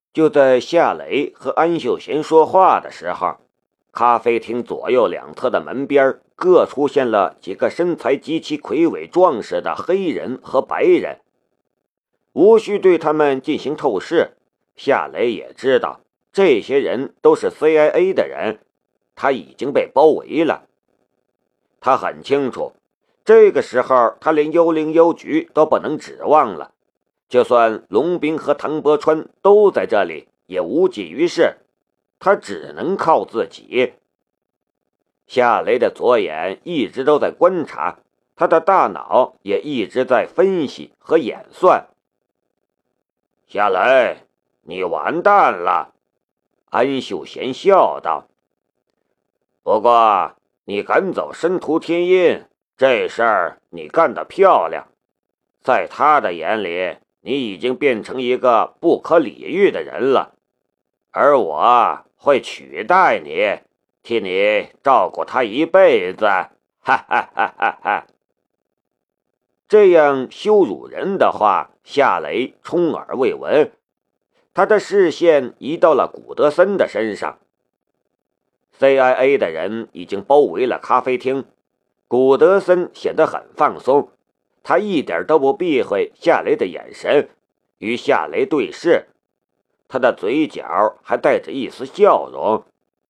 就在夏雷和安秀贤说话的时候，咖啡厅左右两侧的门边各出现了几个身材极其魁伟壮实的黑人和白人。无需对他们进行透视，夏雷也知道这些人都是 CIA 的人，他已经被包围了。他很清楚，这个时候他连101局都不能指望了，就算龙斌和唐伯川都在这里也无济于事，他只能靠自己。夏雷的左眼一直都在观察，他的大脑也一直在分析和演算。夏雷，你完蛋了，安秀贤笑道。不过你赶走申屠天音，这事儿你干得漂亮，在他的眼里，你已经变成一个不可理喻的人了，而我会取代你，替你照顾他一辈子，哈哈哈哈哈！这样羞辱人的话，夏雷充耳未闻。他的视线移到了古德森的身上。CIA 的人已经包围了咖啡厅，古德森显得很放松，他一点都不避讳夏雷的眼神，与夏雷对视，他的嘴角还带着一丝笑容。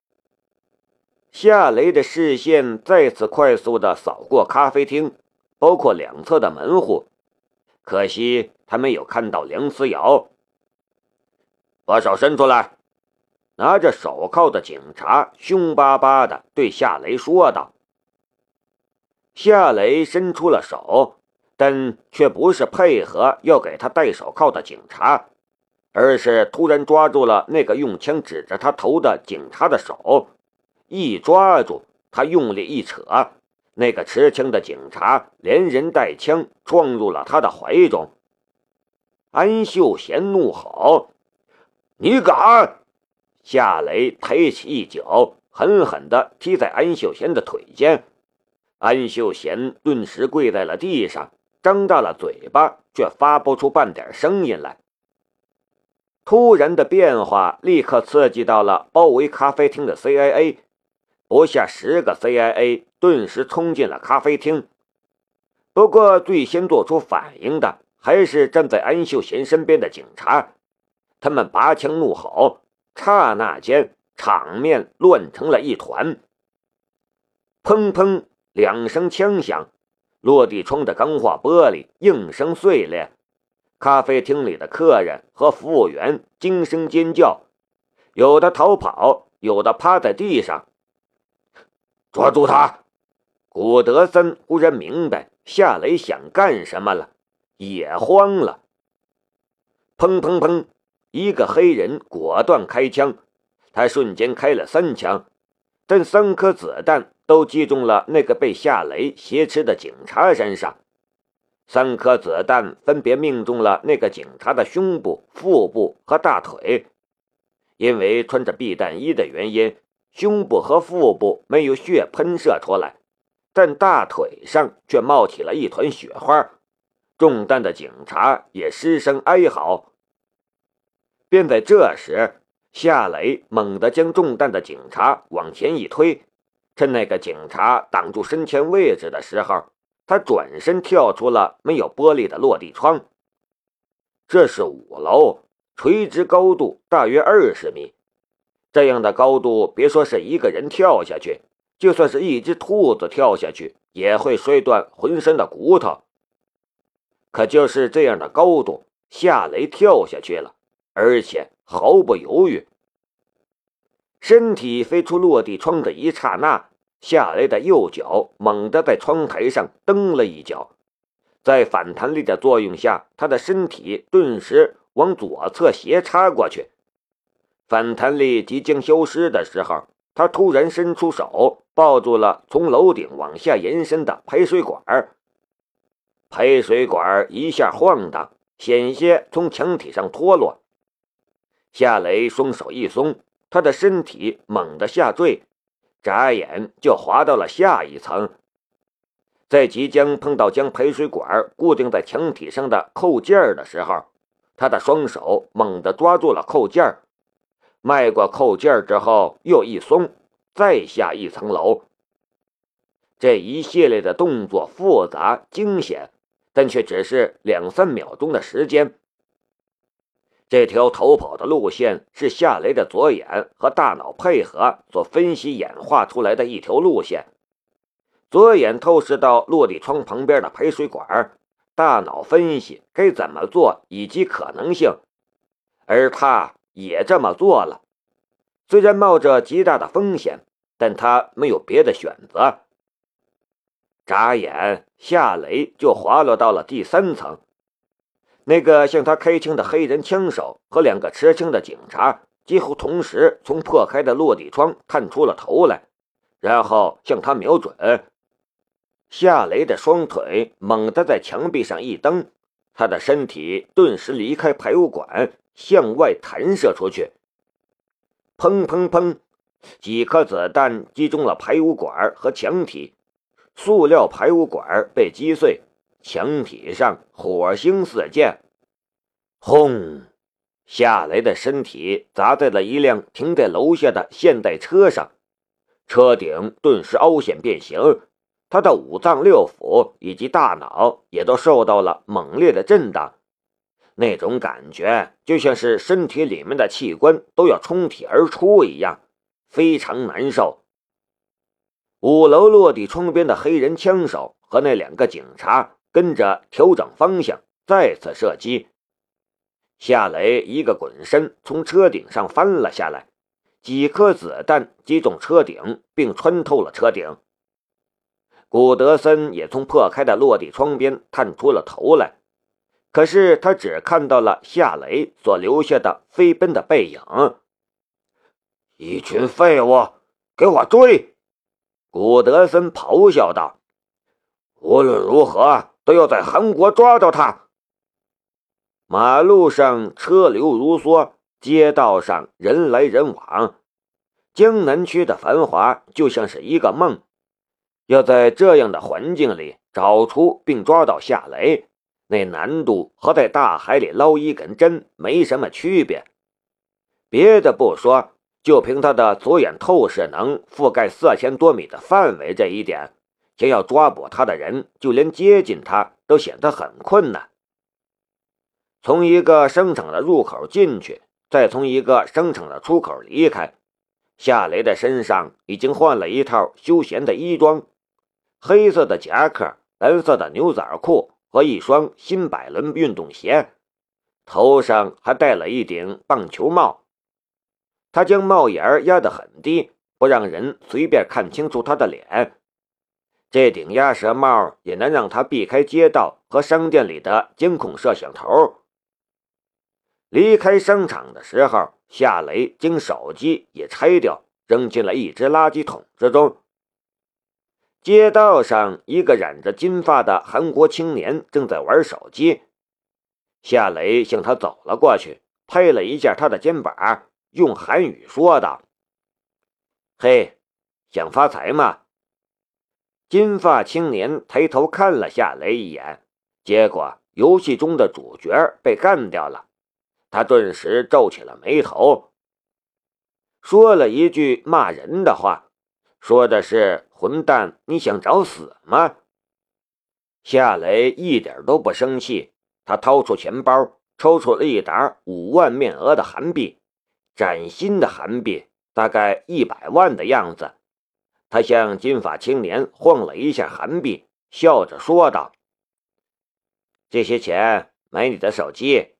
夏雷的视线再次快速地扫过咖啡厅，包括两侧的门户，可惜他没有看到梁思瑶。把手伸出来！拿着手铐的警察凶巴巴地对夏雷说道。夏雷伸出了手，但却不是配合要给他戴手铐的警察，而是突然抓住了那个用枪指着他头的警察的手，一抓住他用力一扯，那个持枪的警察连人带枪撞入了他的怀中。安秀贤怒吼：你敢！夏雷抬起一脚，狠狠地踢在安秀贤的腿间。安秀贤顿时跪在了地上，张大了嘴巴，却发不出半点声音来。突然的变化立刻刺激到了包围咖啡厅的 CIA， 不下10个 CIA 顿时冲进了咖啡厅。不过最先做出反应的还是站在安秀贤身边的警察，他们拔枪怒吼，刹那间场面乱成了一团。砰砰2声枪响，落地窗的钢化玻璃应声碎裂，咖啡厅里的客人和服务员惊声尖叫，有的逃跑，有的趴在地上。抓住他！古德森忽然明白夏雷想干什么了，也慌了。砰砰砰，一个黑人果断开枪，他瞬间开了3枪，但3颗子弹都击中了那个被夏雷挟持的警察身上。3颗子弹分别命中了那个警察的胸部、腹部和大腿。因为穿着避弹衣的原因，胸部和腹部没有血喷射出来，但大腿上却冒起了一团血花。中弹的警察也失声哀嚎。便在这时，夏雷猛地将中弹的警察往前一推，趁那个警察挡住身前位置的时候，他转身跳出了没有玻璃的落地窗。这是5楼，垂直高度大约20米。这样的高度，别说是一个人跳下去，就算是一只兔子跳下去，也会摔断浑身的骨头。可就是这样的高度，夏雷跳下去了，而且毫不犹豫。身体飞出落地窗的一刹那，夏雷的右脚猛地在窗台上蹬了一脚，在反弹力的作用下，他的身体顿时往左侧斜插过去。反弹力即将消失的时候，他突然伸出手抱住了从楼顶往下延伸的排水管。排水管一下晃荡，险些从墙体上脱落。夏雷双手一松，他的身体猛地下坠，眨眼就滑到了下一层。在即将碰到将排水管固定在墙体上的扣件的时候， 他的双手猛地抓住了扣件儿，迈过扣件儿之后又一松，再下一层楼。这一系列的动作复杂惊险，但却只是2-3秒钟的时间。这条逃跑的路线是夏雷的左眼和大脑配合所分析演化出来的一条路线。左眼透视到落地窗旁边的排水管，大脑分析该怎么做以及可能性，而他也这么做了。虽然冒着极大的风险，但他没有别的选择。眨眼，夏雷就滑落到了第3层。那个向他开枪的黑人枪手和2个持枪的警察几乎同时从破开的落地窗探出了头来，然后向他瞄准。夏雷的双腿猛地在墙壁上一蹬，他的身体顿时离开排污管，向外弹射出去。砰砰砰，几颗子弹击中了排污管和墙体，塑料排污管被击碎，墙体上火星四溅。轰！夏雷的身体砸在了一辆停在楼下的现代车上，车顶顿时凹陷变形，他的五脏六腑以及大脑也都受到了猛烈的震荡，那种感觉就像是身体里面的器官都要冲体而出一样，非常难受。5楼落地窗边的黑人枪手和那2个警察跟着调整方向，再次射击。夏雷一个滚身从车顶上翻了下来，几颗子弹击中车顶并穿透了车顶。古德森也从破开的落地窗边探出了头来，可是他只看到了夏雷所留下的飞奔的背影。一群废物，给我追！古德森咆哮道，无论如何都要在韩国抓到他。马路上车流如梭，街道上人来人往，江南区的繁华就像是一个梦。要在这样的环境里找出并抓到夏雷，那难度和在大海里捞一根针没什么区别。别的不说，就凭他的左眼透视能覆盖4000多米的范围这一点，想要抓捕他的人就连接近他都显得很困难。从一个商场的入口进去，再从一个商场的出口离开，夏雷的身上已经换了一套休闲的衣装，黑色的夹克，蓝色的牛仔裤和一双新百伦运动鞋，头上还戴了一顶棒球帽。他将帽檐压得很低，不让人随便看清楚他的脸。这顶鸭舌帽也能让他避开街道和商店里的监控摄像头。离开商场的时候，夏雷将手机也拆掉，扔进了一只垃圾桶之中。街道上，一个染着金发的韩国青年正在玩手机。夏雷向他走了过去，拍了一下他的肩膀，用韩语说道：“嘿，想发财吗？”金发青年抬头看了夏雷一眼，结果游戏中的主角被干掉了。他顿时皱起了眉头，说了一句骂人的话，说的是混蛋，你想找死吗？夏雷一点都不生气，他掏出钱包，抽出了一沓5万面额的韩币，崭新的韩币，大概100万的样子。他向金发青年晃了一下韩币，笑着说道：“这些钱买你的手机。”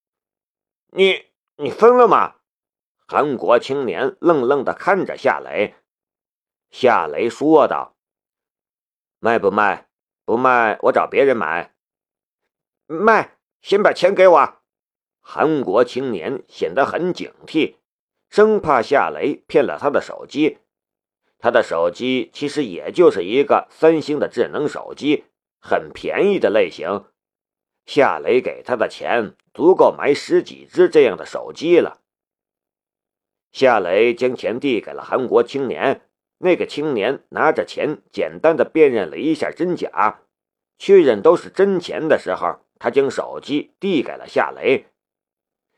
你疯了吗？韩国青年愣愣地看着夏雷。夏雷说道：“卖不卖？不卖我找别人买。”卖，先把钱给我。韩国青年显得很警惕，生怕夏雷骗了他的手机。他的手机其实也就是一个3星的智能手机，很便宜的类型。夏雷给他的钱足够买10几只这样的手机了。夏雷将钱递给了韩国青年，那个青年拿着钱简单的辨认了一下真假，确认都是真钱的时候，他将手机递给了夏雷，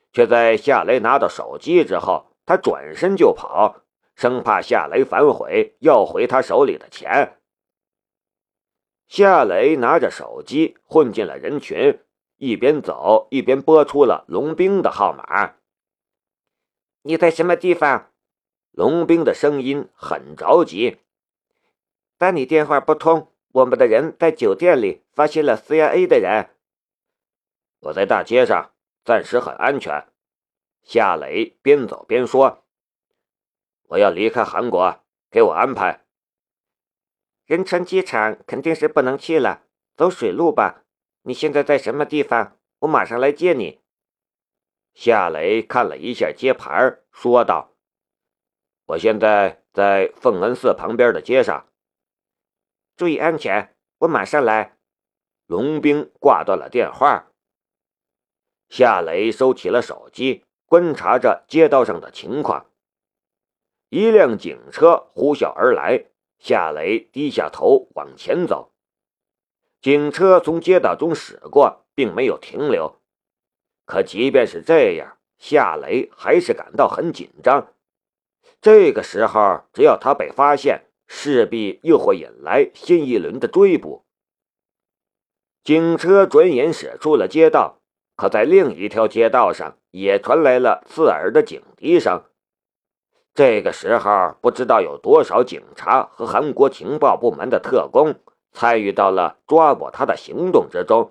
却在夏雷拿到手机之后，他转身就跑，生怕夏雷反悔要回他手里的钱。夏雷拿着手机混进了人群，一边走一边拨出了龙兵的号码。 你在什么地方？ 龙兵的声音很着急。 打你电话不通，我们的人在酒店里发现了 CIA 的人。 我在大街上，暂时很安全。夏雷边走边说。我要离开韩国，给我安排。 仁川机场肯定是不能去了，走水路吧。你现在在什么地方？我马上来接你。 夏雷看了一下街牌，说道：我现在在奉恩寺旁边的街上。 注意安全，我马上来。 龙兵挂断了电话。夏雷收起了手机，观察着街道上的情况。一辆警车呼啸而来，夏雷低下头往前走。警车从街道中驶过，并没有停留。可即便是这样，夏雷还是感到很紧张。这个时候，只要他被发现，势必又会引来新一轮的追捕。警车转眼驶出了街道，可在另一条街道上也传来了刺耳的警笛声。这个时候，不知道有多少警察和韩国情报部门的特工参与到了抓捕他的行动之中。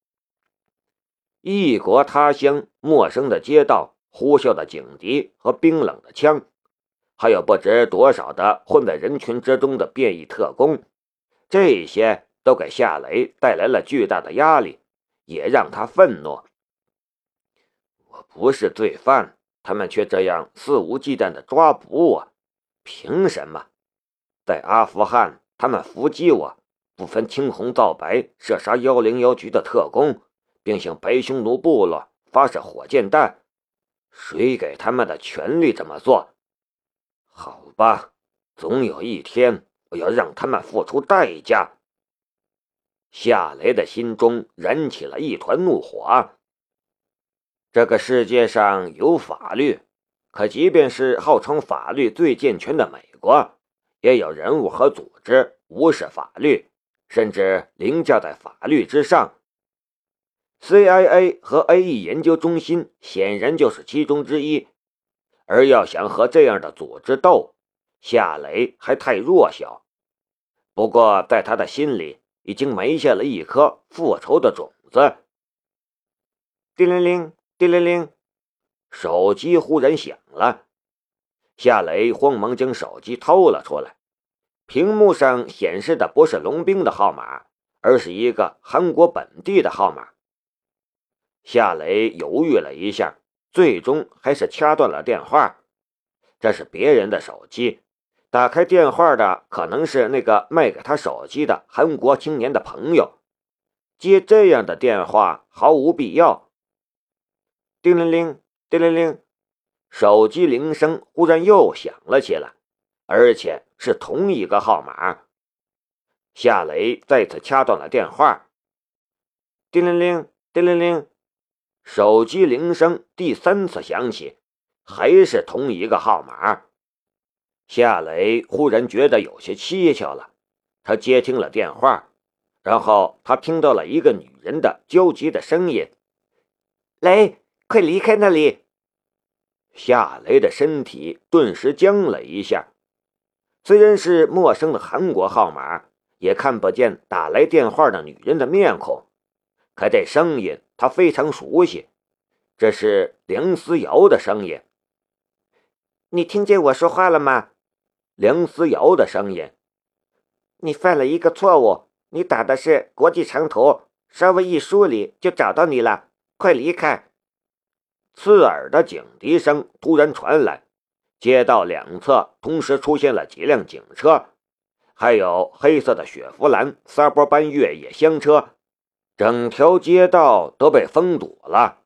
异国他乡，陌生的街道，呼啸的警笛和冰冷的枪，还有不知多少的混在人群之中的便衣特工，这些都给夏雷带来了巨大的压力，也让他愤怒。我不是罪犯，他们却这样肆无忌惮地抓捕我，凭什么？在阿富汗，他们伏击我，不分青红皂白射杀101局的特工，并向白匈奴部落发射火箭弹，谁给他们的权利这么做？好吧，总有一天我要让他们付出代价。夏雷的心中燃起了一团怒火。这个世界上有法律，可即便是号称法律最健全的美国，也有人物和组织无视法律，甚至凌驾在法律之上。CIA 和 AE 研究中心显然就是其中之一，而要想和这样的组织斗，夏雷还太弱小。不过在他的心里已经埋下了一颗复仇的种子。 叮铃铃，叮铃铃， 手机忽然响了。夏雷慌忙将手机掏了出来，屏幕上显示的不是龙兵的号码，而是一个韩国本地的号码。夏雷犹豫了一下，最终还是掐断了电话。这是别人的手机，打开电话的可能是那个卖给他手机的韩国青年的朋友，接这样的电话毫无必要。 叮铃铃，叮铃铃， 手机铃声忽然又响了起来，而且是同一个号码。夏雷再次掐断了电话。 叮铃铃，叮铃铃， 手机铃声第3次响起，还是同一个号码。夏雷忽然觉得有些蹊跷了，他接听了电话，然后他听到了一个女人的焦急的声音： 雷，快离开那里！ 夏雷的身体顿时僵了一下，虽然是陌生的韩国号码，也看不见打来电话的女人的面孔，可这声音他非常熟悉，这是梁思瑶的声音。 你听见我说话了吗？ 梁思瑶的声音。 你犯了一个错误，你打的是国际长途，稍微一梳理就找到你了，快离开！ 刺耳的警笛声突然传来，街道两侧同时出现了几辆警车，还有黑色的雪佛兰撒波班越野厢车，整条街道都被封堵了。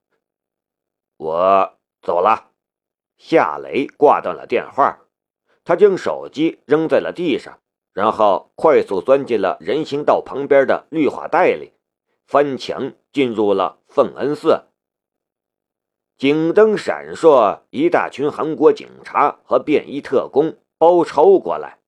我走了。夏雷挂断了电话，他将手机扔在了地上，然后快速钻进了人行道旁边的绿化带里，翻墙进入了奉恩寺。 警灯闪烁，一大群韩国警察和便衣特工包抄过来。